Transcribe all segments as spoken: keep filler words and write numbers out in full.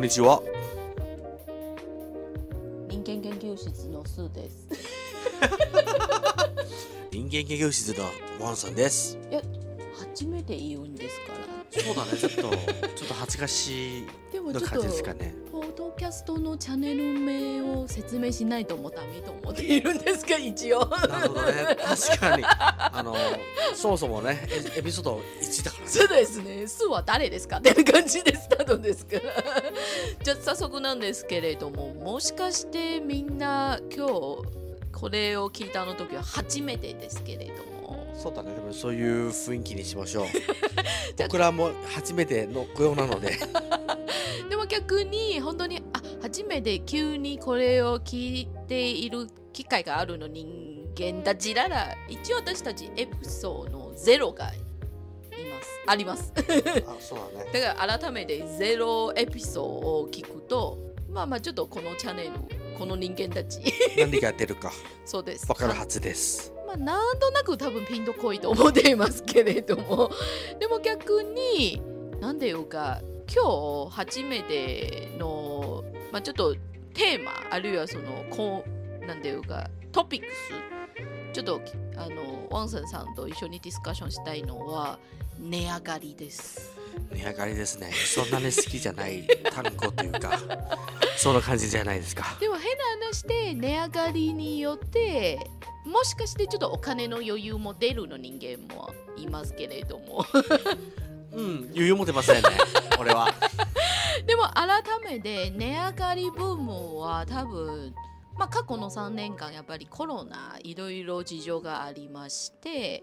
んにちは。 人間研究室のスーです。 人間研究室のワンさんです。 いや、初めて言うんですから。 そうだね、ちょっとちょっと恥ずかしいの感じですかね。 ポッドキャストのチャンネル名を説明しないともダメと思っているんですが、一応。 なるほどね、確かにあのそもそもねエ、エピソードいちだからね。 そうですね、スーは誰ですかっていう感じでスタートですから。じゃあ早速なんですけれども、もしかしてみんな今日これを聞いたの時は初めてですけれども。 そうだね、でもそういう雰囲気にしましょう。僕らも初めての雇用なので。 でも逆に本当にあ初めて急にこれを聞いている機会があるの人間たちなら、一応私たちエピソードのゼロがいますあります。 あ、そうだね。 だから改めてゼロエピソードを聞くと、まあまあちょっとこのチャンネル、この人間たち何がやってるかそうです、 分かるはずです。 まあ、なんとなく多分ピンとこいと思っていますけれども、でも逆に何ていうか今日初めての、まあ、ちょっとテーマあるいはそのこうなんていうかトピックス、ちょっとあのワンセンさんと一緒にディスカッションしたいのは値上がりです。 値上がりですね。そんなに好きじゃない単語というかそんな感じじゃないですか。 でも変な話で値上がりによってもしかしてちょっとお金の余裕も出るの人間もいますけれどもうん余裕持てませんね俺は。 でも改めて値上がりブームは多分、まあ、過去のさんねんかんやっぱりコロナいろいろ事情がありまして、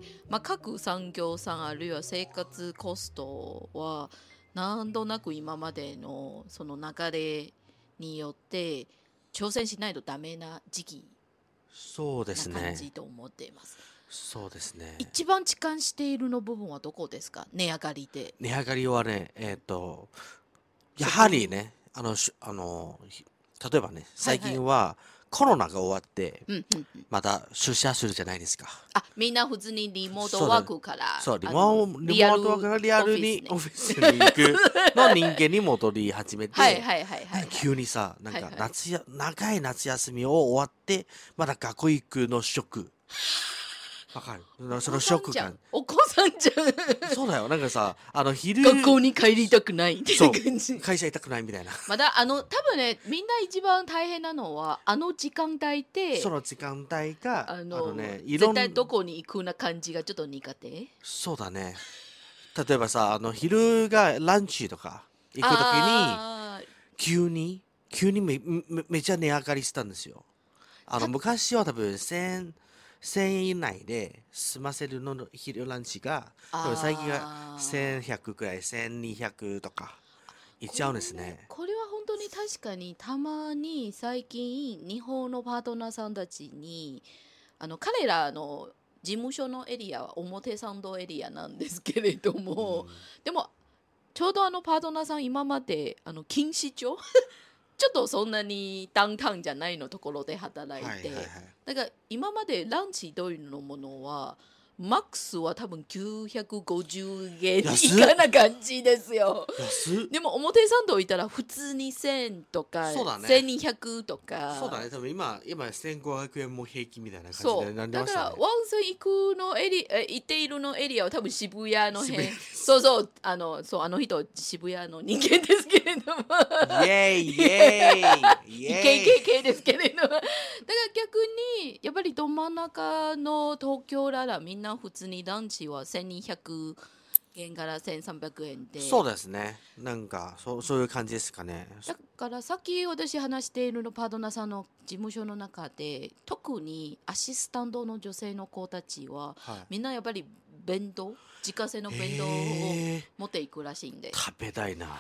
まあ、各産業さんあるいは生活コストはなんとなく今までのその流れによって挑戦しないとダメな時期そうですな感ね。 じと思っています。 そうですね。 一番痴漢しているの部分はどこですか、値上がりで。 値上がりはね、えっ、とやはりね、あのしあのひ例えばね、最近はコロナが終わって、 うんうんうん、 また出社するじゃないですか。 あ、みんな普通にリモートワークからそう、リあモのリモートワークからリアルにオオフィスに行くの人間に戻り始めて、 はいはいはいはい、はい、 急にさ、なんかはいはい夏や、長い夏休みを終わって、まだ学校行くのショック。わかる？そのショック感。 お子さんじゃん。 そうだよ。なんかさ、あの昼学校に帰りたくないってそう感じ。 会社行きたくないみたいな。 まだあの多分ね、みんな一番大変なのはあの時間帯で、 その時間帯があの、 あのね、いろん絶対どこに行くな感じがちょっと苦手。 そうだね。例えばさ、あの昼がランチとか行くときにあ急に急にめめめちゃ値上がりしたんですよ。あの昔は多分千千円以内で済ませるのの昼ランチが、 ー多分最近はあー千ひゃくくらい、千二百とかいっちゃうんですね。 これは本当に確かにたまに最近日本のパートナーさんたちに、あの彼らの事務所のエリアは表参道エリアなんですけれども、 うんでもちょうどあのパートナーさん今まであの錦糸町ちょっとそんなにダウンタウンじゃないのところで働いて、 はいはいはい。 だから今までランチどういうのものはマックスは多分きゅうひゃくごじゅうえん以下な感じですよ。 安っ。 でも表参道いたら普通にせんとか、 そうだねせんにひゃくとか。 そうだね。多分今今千五百円も平均みたいな感じそうでなりだからワンましたね。 セン行くのエリえ行っているのエリアは多分渋谷の辺。 渋谷ですそうそうあのそうあの人渋谷の人間ですけれどもイエーイイエーイイイエーイ。 ケイケイケですけれども、だから逆にやっぱりど真ん中の東京ならみんな普通にランチはせんにひゃくえんからせんさんびゃくえんで、 そうですね。なんかそうそういう感じですかね。 だからさっき私話しているのパートナーさんの事務所の中で特にアシスタントの女性の子たちは、 はい。 みんなやっぱり弁当自家製の弁当をえー、 持っていくらしいんで、 食べたいな。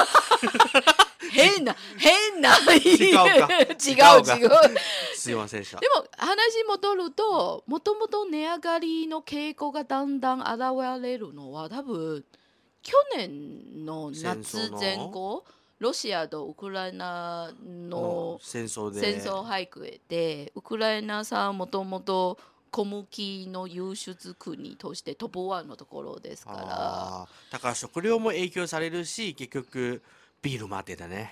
変な変な違うか違う違うか違うすいませんでした。 でも話戻ると、もともと値上がりの傾向がだんだん現れるのは多分去年の夏前後、ロシアとウクライナの戦争で戦争背景で、ウクライナさんもともと小麦の輸出国としてトップワンのところですから、 あーだから食料も影響されるし、結局ビール待ってたね。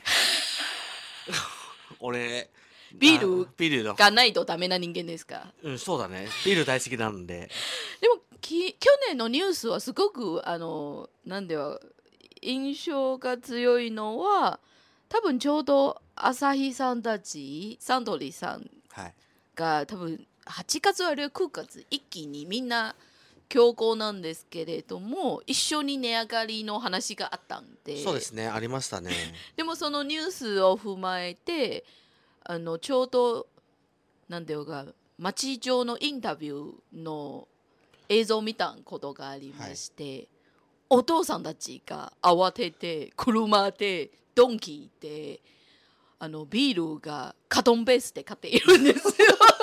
俺、 ビールあビールの、 がないとダメな人間ですか？ うん、そうだね。ビール大好きなんで。 でもき去年のニュースはすごくあのなんでは印象が強いのは多分ちょうど朝日さんたちサントリーさんはい。 が多分はちがつあるいはくがつ一気にみんな強行なんですけれども一緒に値上がりの話があったんで、 そうですね。ありましたね。 でもそのニュースを踏まえてあのちょうどなんだよが街上のインタビューの映像を見たことがありまして、お父さんたちが慌てて車でドンキ行ってあのビールがカトンベースで買っているんですよ。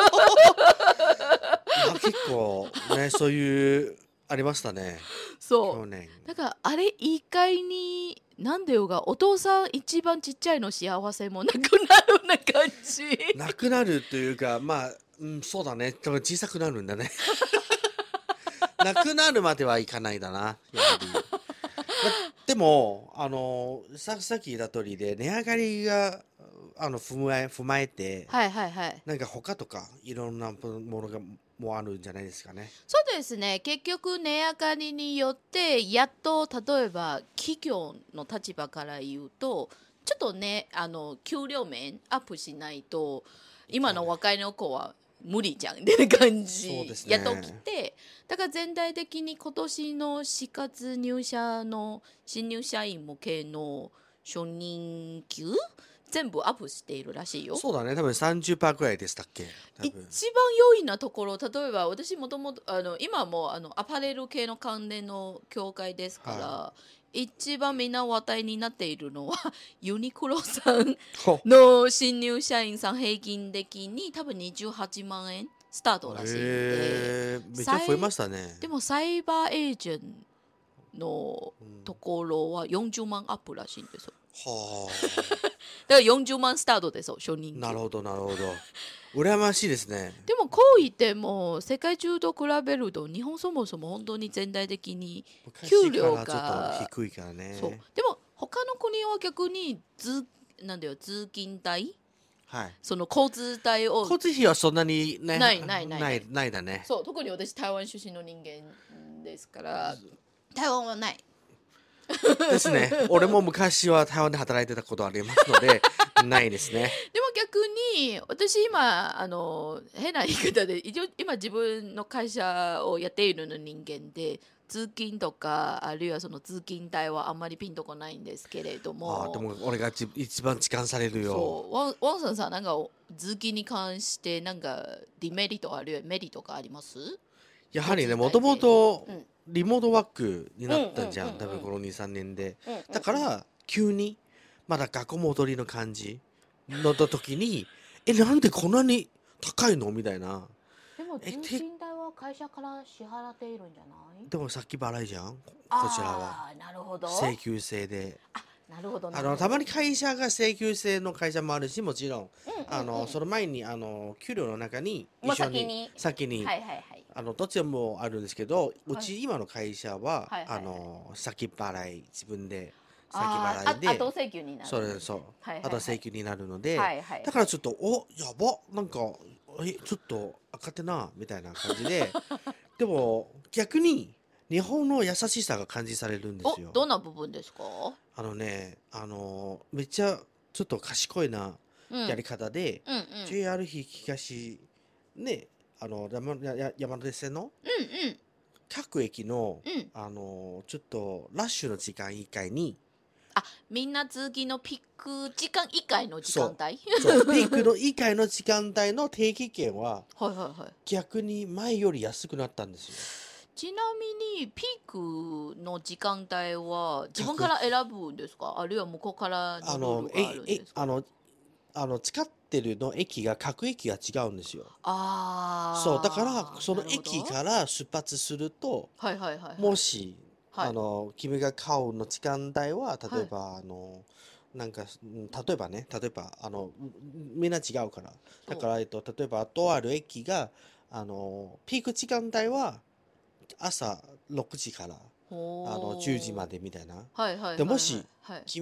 まあ結構ね、そういうありましたね。 そう去年。 だからあれ意外になんでよがお父さん一番ちっちゃいの幸せもなくなるような感じ。 なくなるというか、まあ、うん、そうだね。多分小さくなるんだね。なくなるまではいかないだな、やはり。までも、あの、ささっき言った通りで、値上がりが、あの、踏まえ、踏まえて、 はいはいはい。 なんか他とか、いろんなものが、もあるんじゃないですかね。 そうですね結局値上がりによってやっと例えば企業の立場から言うとちょっとねあの給料面アップしないと今の若いの子は無理じゃんって感じそうですねやっときてだから全体的に今年のしがつ入社の新入社員向けの初任給全部アップしているらしいよ。 そうだね。多分さんじゅっパーセントくらいでしたっけ多一分。 番良いなところ例えば私もともとあの今もあのアパレル系の関連の協会ですから、 は一番みんな話題になっているのはユニクロさんほの新入社員さん平均的に多分にじゅうはちまん円スタートらしいんで、 へえ、めっちゃ増えましたね。 でもサイバーエージェントのうんところはよんじゅうまんアップらしいんですよ。 はだからよんじゅうまんスタートですよ初任あ、な給。 るほど、なるほど。羨ましいですね。 でもこう言っても世界中と比べると日本そもそも本当に全体的に給料昔からちょっがと低いからね。 そうでも他の国は逆に通なんだよ通勤代はい。 その交通代を交通費はそんなにね、 ないないないない、ないだね。 そう特に私台湾出身の人間ですから台湾はないですね。俺も昔は台湾で働いてたことありますので、ないですね。 でも逆に私今あの変な言い方で一応今自分の会社をやっているの人間で通勤とかあるいはその通勤代はあんまりピンとこないんですけれどあもあ、でも俺がち一番痴漢されるよ。 そうワンワンさんさんなんか通勤に関してなんかデメリットあるいはメリットがあります？ やはりね、もと交通代でもとうんリモートワークになったじゃん。 うんうんうんうん多分このに、さんねんで。 うんうんだから、急に、まだ学校戻りの感じの時に、え、なんでこんなに高いのみたいな。 でもえ通勤代は会社から支払っているんじゃない？ でも先払いじゃんここちらは。 あーなるほど請求制で。 あなるほどなあの、 るほどたまに会社が請求制の会社もあるし、もちろん、 うんうんうんあの、その前に、あの、給料の中にもう一緒に、 先に先に、 はいはいはいあの、どっちもあるんですけど、うはいち今の会社は、 はいはいはいあの、先払い、自分で先あー払いで、 あ後請求になるそれ、そう、 はいはいはいあと請求になるので、 はいはいだからちょっと、お、やば、なんか、え、ちょっと赤手な、みたいな感じで、でも、逆に、日本の優しさが感じされるんですよ。 おどんな部分ですか？ あのね、あの、めっちゃ、ちょっと賢いな、 うんやり方で、 うんうんジェイアール 東、ね、あの、山やや山手線のうんうん各駅の、 うんあの、ちょっと、ラッシュの時間以外に、 あみんな通勤のピック時間以外の時間帯そう、ピークの以外の時間帯の定期券は、 はいはいはい逆に前より安くなったんですよ。 ちなみにピークの時間帯は自分から選ぶんですかあるいは向こうからあの、 のルールがあるんえ、えで、すかあの、あの、使ってるの駅が、各駅が違うんですよ。 あーそう、だから、そのなるほど駅から出発すると、 はいはいはいはいもし、 はいあの、君が買うの時間帯は、例えば、あの、なんか、うん例えばね、例えば、あの、みみんな違うから。だから、えっと、例えば、とある駅が、あの、ピーク時間帯は、朝ろくじから、ああの、じゅうじまでみたいな。 はいはいはいはいでもしはい君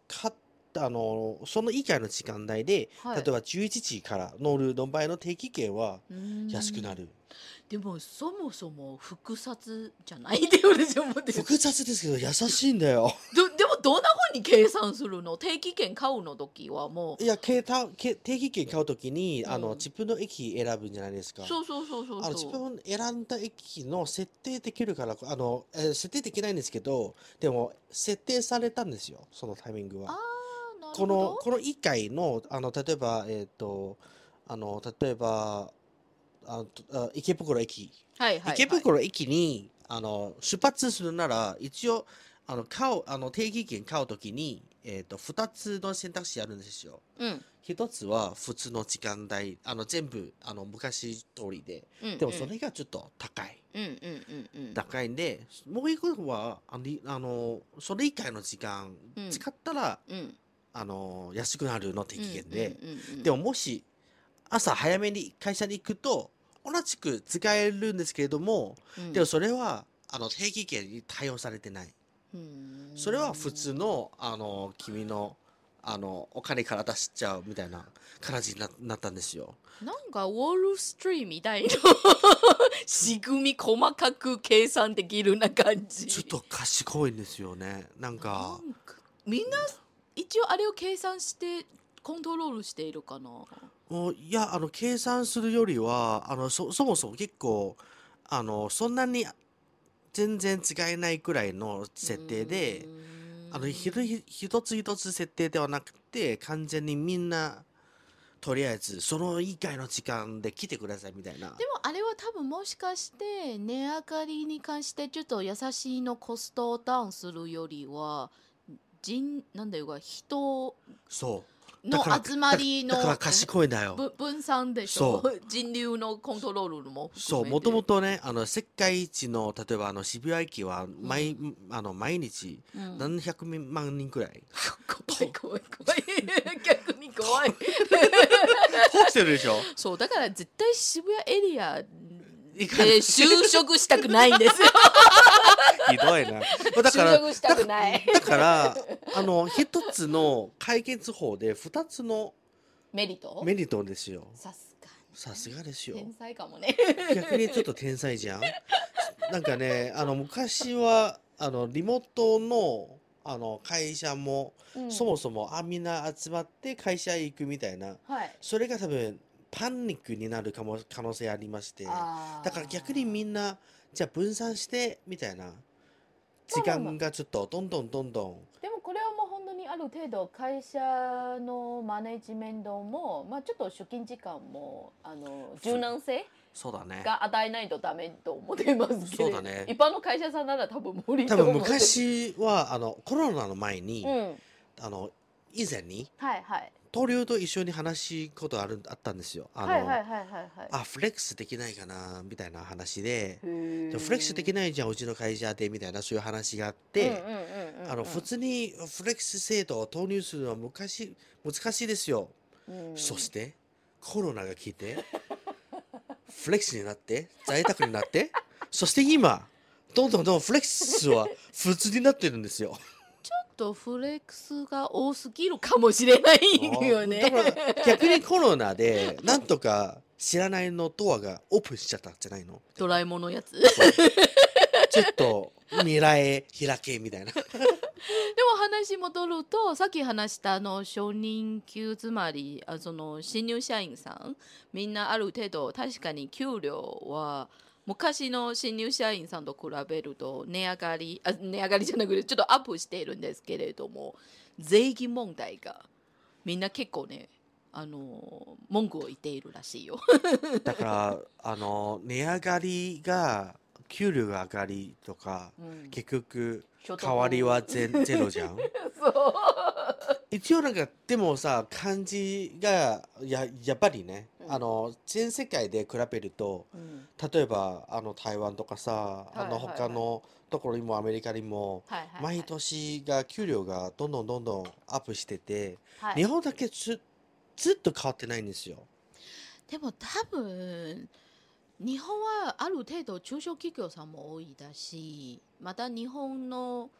かあのその以外の時間帯で、 はい、 例えばじゅういちじから乗るの場合の定期券はうーん安くなる。 でもそもそも複雑じゃないって私思ってる複雑ですけど優しいんだよ。 どでもどんな風に計算するの？定期券買うの時はもいや、けたけ定期券買うときに、あのうん自分の駅選ぶんじゃないですか。 うそうそうそうそうあの自そう分選んだ駅の設定できるから、あの、えー設定できないんですけど、でも設定されたんですよ、そのタイミングは。 あーなるこの、 ほどこのいっかいの、あの、例えば、えっと、あの、例えば、あのあ池袋駅、 はいはいはい池袋駅に、あの、出発するなら、一応、あの、買う、あの、定期券買うときに、えっと、ふたつの選択肢あるんですよ。 うん一つは普通の時間帯、あの全部あの昔通りで、 うんでもそれがちょっと高い。 うんうんうんうん高いんで、もう一個は、あの、あのそれ以外の時間うん使ったら、 うんあの安くなるの定期券で、 うんうんうんうんでももし朝早めに会社に行くと、同じく使えるんですけれども、 うんでもそれはあの定期券に対応されてない。 うーんそれは普通の、あの、君の、あの、お金から出しちゃうみたいな感じにななったんですよ。 なんかウォールストリーみたいな仕組み細かく計算できるな感じちょっと賢いんですよね。なんか、 なんかみんな一応あれを計算してコントロールしているかな。 もういや、あの、計算するよりは、あの、そ、そもそも結構、あの、そんなに全然使えないくらいの設定で、あの、ひと一つ一つ設定ではなくて、完全にみんな、とりあえず、その以外の時間で来てくださいみたいな。 でもあれは多分もしかして値上がりに関してちょっと優しいのコストをダウンするよりは人なんだよか人そう。 のだから集まりのだだから賢いんだよ。 ぶ分散でしょそ人流のコントロールも含めてそう、もともとね、あの、世界一の、例えばあの、渋谷駅は、毎、 うあの、毎日、 うん何百万人くらい。 怖い怖い怖い逆に怖い通してるでしょそうだから絶対渋谷エリアでいかない就職したくないんですよひどいな。だか就ら、 職したくないだから、あの、一つの解決法で二つのメリットメリットですよ。 さすがにさすがですよ。 天才かもね逆にちょっと天才じゃん。なんかね、あの、昔は、あの、リモートの、あの、会社も、 うんそもそも、あ、みんな集まって会社へ行くみたいな、 はいそれが多分、パニックになるかも、可能性ありまして、 あーだから逆にみんな、じゃあ分散して、みたいな、時間がちょっと、どんどんどんどん、 でもこれはもう本当にある程度会社のマネジメントも、まあ、ちょっと出勤時間もあの柔軟性そうだね。 が与えないとダメと思っていますけど、 そうだね一般の会社さんなら多分無理と多分思って昔は、あの、コロナの前に、 うんあの、以前に、 はいはい同僚と一緒に話すことある、あったんですよ。あの、 はいはいはいはいはいあ、フレックスできないかな、みたいな話で、 へーでもフレックスできないじゃん、うちの会社で、みたいな、そういう話があって、 うんうんうんうんうんあの、普通にフレックス制度を投入するのは昔、難しいですよ。 うんそして、コロナが来て、フレックスになって、在宅になって、そして今、どんどんどんどんフレックスは普通になってるんですよ。 ちょっとフレックスが多すぎるかもしれないよねだから逆にコロナで、なんとか知らないのドアがオープンしちゃったんじゃないのドラえもんのやつちょっと未来へ開けみたいな。 でも話戻るとさっき話したあの初任給つまりあその新入社員さんみんなある程度確かに給料は昔の新入社員さんと比べると値上がりあ値上がりじゃなくてちょっとアップしているんですけれども税金問題がみんな結構ねあの文句を言っているらしいよ。 だからあの値上がりが給料が上がりとか、 うん結局所得代わりはゼゼロじゃん。 そう一応なんかでもさ感じがややっぱりね、 うんあの全世界で比べるとうん例えばあの台湾とかさ、あのはいはいはい他のところにもアメリカにもはいはいはい毎年が給料がどんどんどんどんアップしてて、 はい日本だけずずっと変わってないんですよ。 でも多分日本はある程度中小企業さんも多いだしまた日本の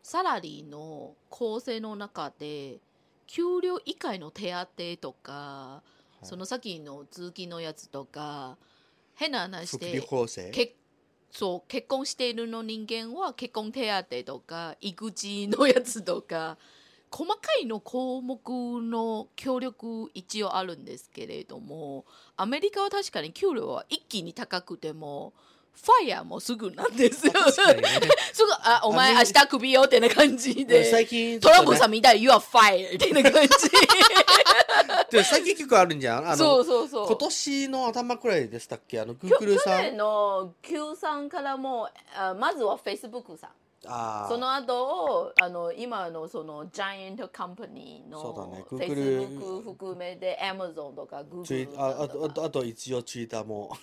サラリーの構成の中で給料以外の手当とか、その先の通勤のやつとか、変な話福利で厚生けそう結婚しているの人間は結婚手当とか育児のやつとか細かいの項目の協力一応あるんですけれども、アメリカは確かに給料は一気に高くてもファイヤーもすぐなんですよ。 確かにねすぐあお前アメ明日クビよってな感じで、 最近トランプさんみたい You are fired ってな感じ。 で最近結構あるんじゃん。あのそうそうそう。 今年の頭くらいでしたっけ、あのグ去ーグルさん。 去年の Q さんからもあまずは Facebook さん。 あその後あの今のそのジャイアントカンパニーそうだねの Google Facebook 含めて Amazon とかツイ Google ああさんとかとあとあと一応ツイッターも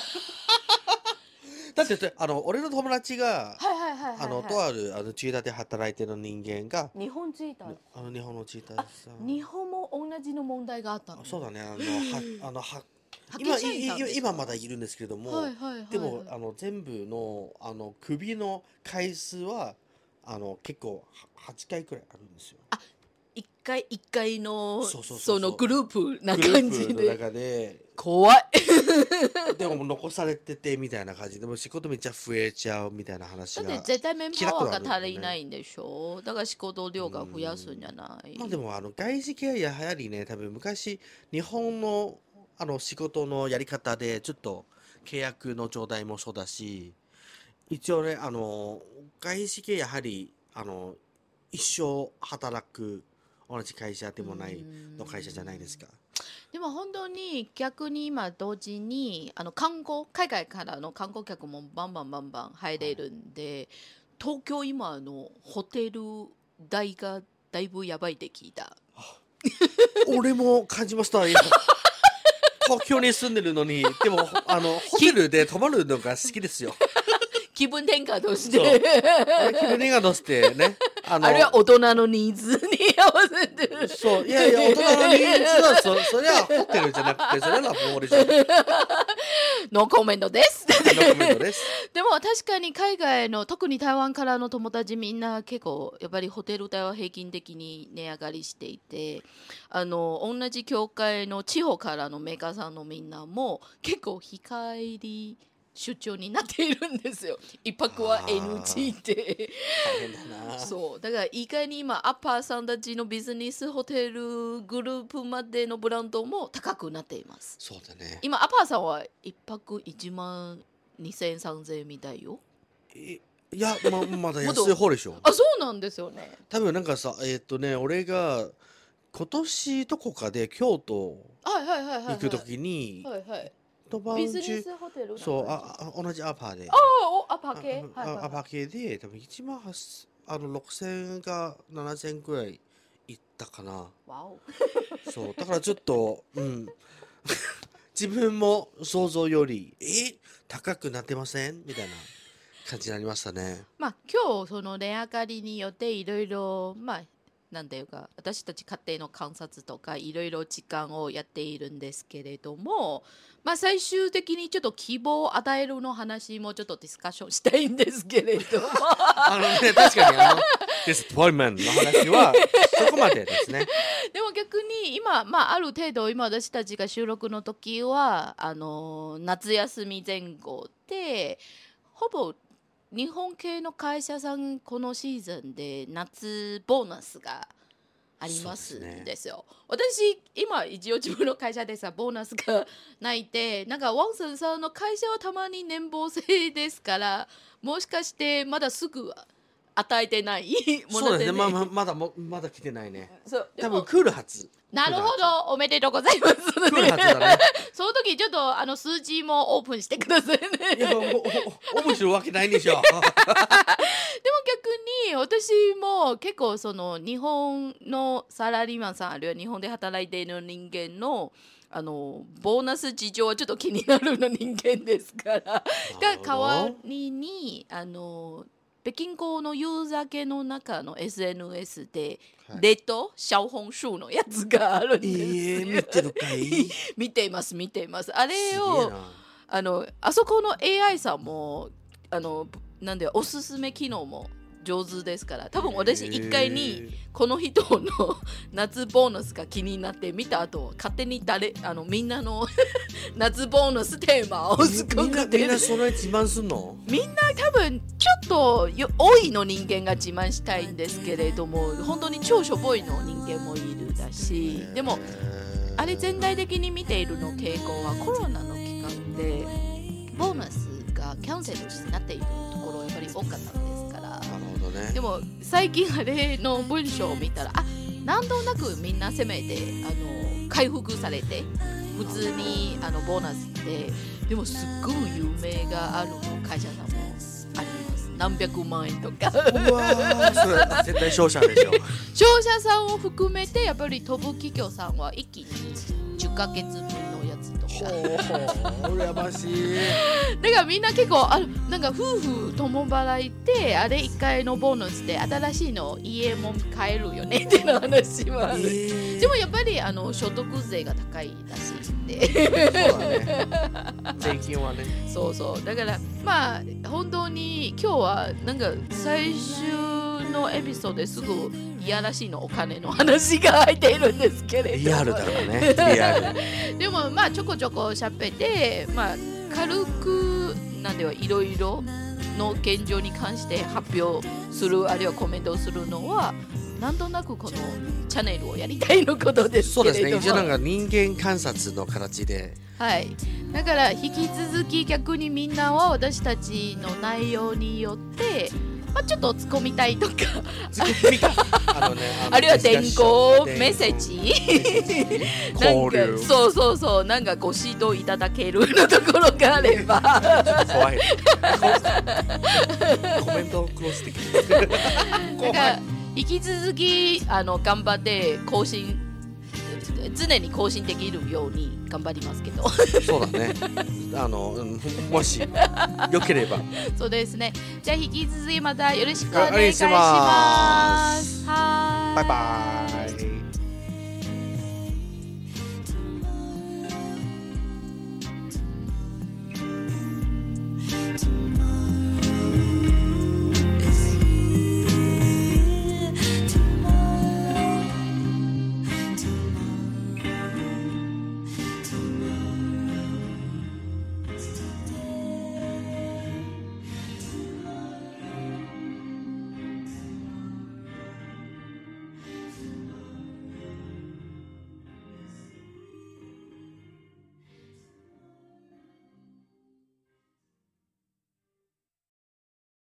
だってあの俺の友達がはいはいはいはい、 あのとあるあのツイッターで働いてる人間が日本ツイッターあの日本のツイッターあでさ日本も同じの問題があったの。 そうだね、あのはあのは派今遣社員さんですか今まだいるんですけども、 はいはいはいはい、 でもあの全部のあの首の回数はあの結構はちかいくらいあるんですよ。 一回一回のそうそうそうそうそのグループなグル感じープので中で怖い。 でも残されててみたいな感じでもう仕事めっちゃ増えちゃうみたいな話が。 だって絶対メンパワーが足りないんでしょ。だから仕事量が増やすんじゃない。 まあでもあの外資系はやはりね、多分昔日本のあの仕事のやり方でちょっと契約の状態もそうだし、一応ねあの外資系やはりあの一生働く同じ会社でもないの会社じゃないですか。 でも本当に逆に今同時にあの観光海外からの観光客もバンバンバンバン入れるんで、東京今のホテル代がだいぶやばいって聞いた。 俺も感じました今東京に住んでるのに、でもあのホテルで泊まるのが好きですよ。 気分転換としそうて気分が乗せてね、あのあるいは大人のニーズに合わせてそういやいや大人のニーズはそそれはホテルじゃなくてそれはラブホールじゃん。 ノーコメントです。 ノーコメントです。 でも確かに海外の特に台湾からの友達みんな結構やっぱりホテル代は平均的に値上がりしていて、あの同じ協会の地方からのメーカーさんのみんなも結構日帰り出張になっているんですよ。一泊は エヌジー って大変だな。 そうだから意外に今アッパーさんたちのビジネスホテルグループまでのブランドも高くなっています。 そうだね。 今アッパーさんは一泊いちまんにせんさんぜんえんみたいよ。 いいや ま, まだ安い方でしょ。 あ、そうなんですよね。 多分なんかさえーっとね俺が今年どこかで京都はいはいはいはい、はい、 行く時にはいはい、 一晩ビジネ中スホテルな感じ。 そうああ同じアパーであおアパー系、 あはいはいはい、 あアパー系で多分いちまんはっせんあのろくせんかななせんくらい行ったかな。 わおそうだからちょっとうん自分も想像よりえ高くなってませんみたいな感じになりましたね。 まあ今日その値上がりによっていろいろまあなんていうか私たち家庭の観察とかいろいろ時間をやっているんですけれども、まあ最終的にちょっと希望を与えるの話もちょっとディスカッションしたいんですけれどもあのね確かにあのディスポイメントの話はそこまでですね。 でも逆に今、まあ、ある程度今私たちが収録の時はあの夏休み前後でほぼ日本系の会社さんこのシーズンで夏ボーナスがありますんですよ。私今一応自分の会社でさボーナスがないってなんかワンセンさんの会社はたまに年俸制ですからもしかしてまだすぐ与えてないもので、ね、 そうですね、まあ、ままだもまだ来てないね。 そう多分来るはず。 なるほど、おめでとうございます。 来るはずだね。 その時ちょっとあの数字もオープンしてくださいね。 いや、おお面白いわけないんでしょ。 でも逆に私も結構その日本のサラリーマンさんあるいは日本で働いている人間のあのボーナス事情はちょっと気になるの人間ですからが代わりにあの北京語のユーザー系の中の エスエヌエス で、はい、レッド小紅書のやつがあるんですよ。 えー、見てるかい見ています見ています。あれをあのあそこの エーアイ さんもあのなんでおすすめ機能も上手ですから、多分私いっかいにこの人の夏ボーナスが気になって見た後勝手に誰あのみんなの夏ボーナステーマをすごみんなくみんなそれ自慢すんの？ みんな多分ちょっとよ多いの人間が自慢したいんですけれども、本当に超しょぼいの人間もいるだし、でもあれ全体的に見ているの傾向はコロナの期間でボーナスがキャンセルになっているところやっぱり多かったんですから。 なるほどね。 でも最近あれの文章を見たら、あ、なんとなくみんなせめてあの回復されて普通にあのボーナスで、でもすっごい有名がある会社さんもあります。何百万円とかうわー、それ絶対商社でしょ。 商社さんを含めてやっぱり飛ぶ企業さんは一気にじゅっかげつぶんのやつとかほう、羨ましい。 だからみんな結構あなんか夫婦共払いってあれいっかいのボーナスで新しいの家も買えるよねっていう話もある、えー、でもやっぱりあの所得税が高いらしいんでそうだね、税金はね。 そうそう、だからまあ本当に今日はなんか最終のエピソードですぐいやらしいのお金の話が入っているんですけれども、 リアルだろうね、リアルでもまあちょこちょこしゃべってまあ軽くなんではいろいろの現状に関して発表する、あるいはコメントをするのはなんとなくこのチャンネルをやりたいのことですけれども、そうですね、 一応なんか人間観察の形で、はい、 だから引き続き逆にみんなは私たちの内容によってまあ、ちょっと突っ込みたいとかあ, の、ね、あ, のあるいは電光メッセージなんかそうそうそうなんかご指導いただけるのところがあれば怖いコメントクロス的なんか引き続きあの頑張って更新常に更新できるように頑張りますけどそうだねあの、うん、もしよければそうですね、じゃあ引き続きまたよろしくお願いします。 バイバイ。